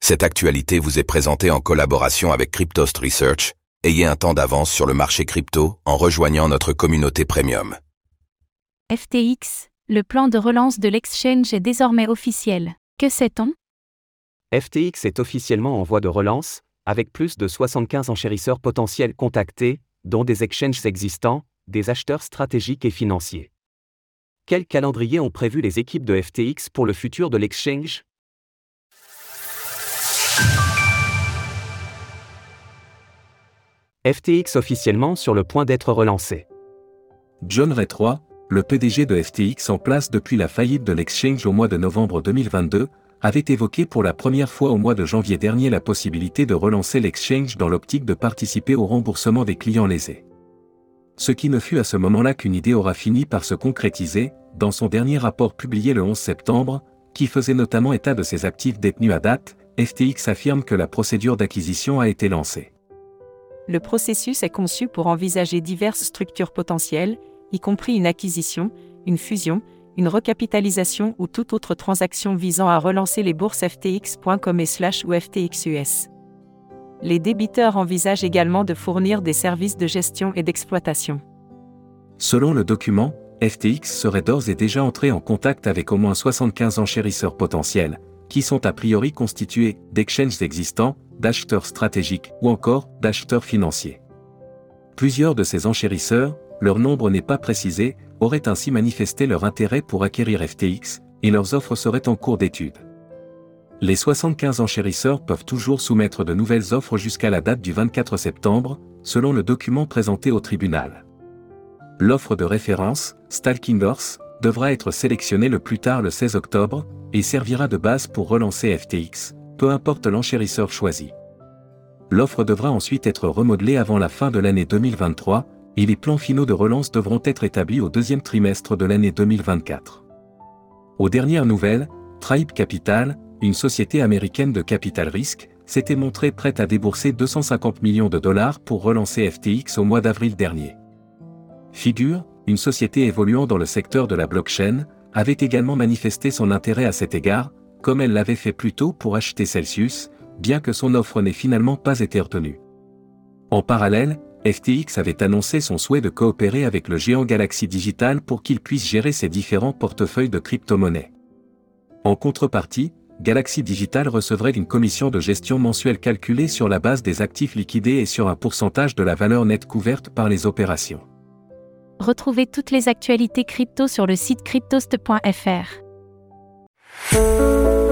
Cette actualité vous est présentée en collaboration avec Cryptost Research. Ayez un temps d'avance sur le marché crypto en rejoignant notre communauté premium. FTX, le plan de relance de l'exchange est désormais officiel. Que sait-on ? FTX est officiellement en voie de relance, avec plus de 75 enchérisseurs potentiels contactés, dont des exchanges existants, des acheteurs stratégiques et financiers. Quel calendrier ont prévu les équipes de FTX pour le futur de l'exchange ? FTX officiellement sur le point d'être relancé. John Ray III, le PDG de FTX en place depuis la faillite de l'exchange au mois de novembre 2022, avait évoqué pour la première fois au mois de janvier dernier la possibilité de relancer l'exchange dans l'optique de participer au remboursement des clients lésés. Ce qui ne fut à ce moment-là qu'une idée aura fini par se concrétiser, dans son dernier rapport publié le 11 septembre, qui faisait notamment état de ses actifs détenus à date, FTX affirme que la procédure d'acquisition a été lancée. Le processus est conçu pour envisager diverses structures potentielles, y compris une acquisition, une fusion, une recapitalisation ou toute autre transaction visant à relancer les bourses FTX.com ou FTX US. Les débiteurs envisagent également de fournir des services de gestion et d'exploitation. Selon le document, FTX serait d'ores et déjà entré en contact avec au moins 75 enchérisseurs potentiels, qui sont a priori constitués d'exchanges existants, d'acheteurs stratégiques ou encore d'acheteurs financiers. Plusieurs de ces enchérisseurs, leur nombre n'est pas précisé, auraient ainsi manifesté leur intérêt pour acquérir FTX, et leurs offres seraient en cours d'étude. Les 75 enchérisseurs peuvent toujours soumettre de nouvelles offres jusqu'à la date du 24 septembre, selon le document présenté au tribunal. L'offre de référence, Stalking Horse, devra être sélectionnée le plus tard le 16 octobre, et servira de base pour relancer FTX, peu importe l'enchérisseur choisi. L'offre devra ensuite être remodelée avant la fin de l'année 2023, et les plans finaux de relance devront être établis au deuxième trimestre de l'année 2024. Aux dernières nouvelles, Tribe Capital, une société américaine de capital risque, s'était montrée prête à débourser 250 millions de dollars pour relancer FTX au mois d'avril dernier. Figure, une société évoluant dans le secteur de la blockchain, avait également manifesté son intérêt à cet égard, comme elle l'avait fait plus tôt pour acheter Celsius, bien que son offre n'ait finalement pas été retenue. En parallèle, FTX avait annoncé son souhait de coopérer avec le géant Galaxy Digital pour qu'il puisse gérer ses différents portefeuilles de crypto-monnaies. En contrepartie, Galaxy Digital recevrait une commission de gestion mensuelle calculée sur la base des actifs liquidés et sur un pourcentage de la valeur nette couverte par les opérations. Retrouvez toutes les actualités crypto sur le site cryptost.fr.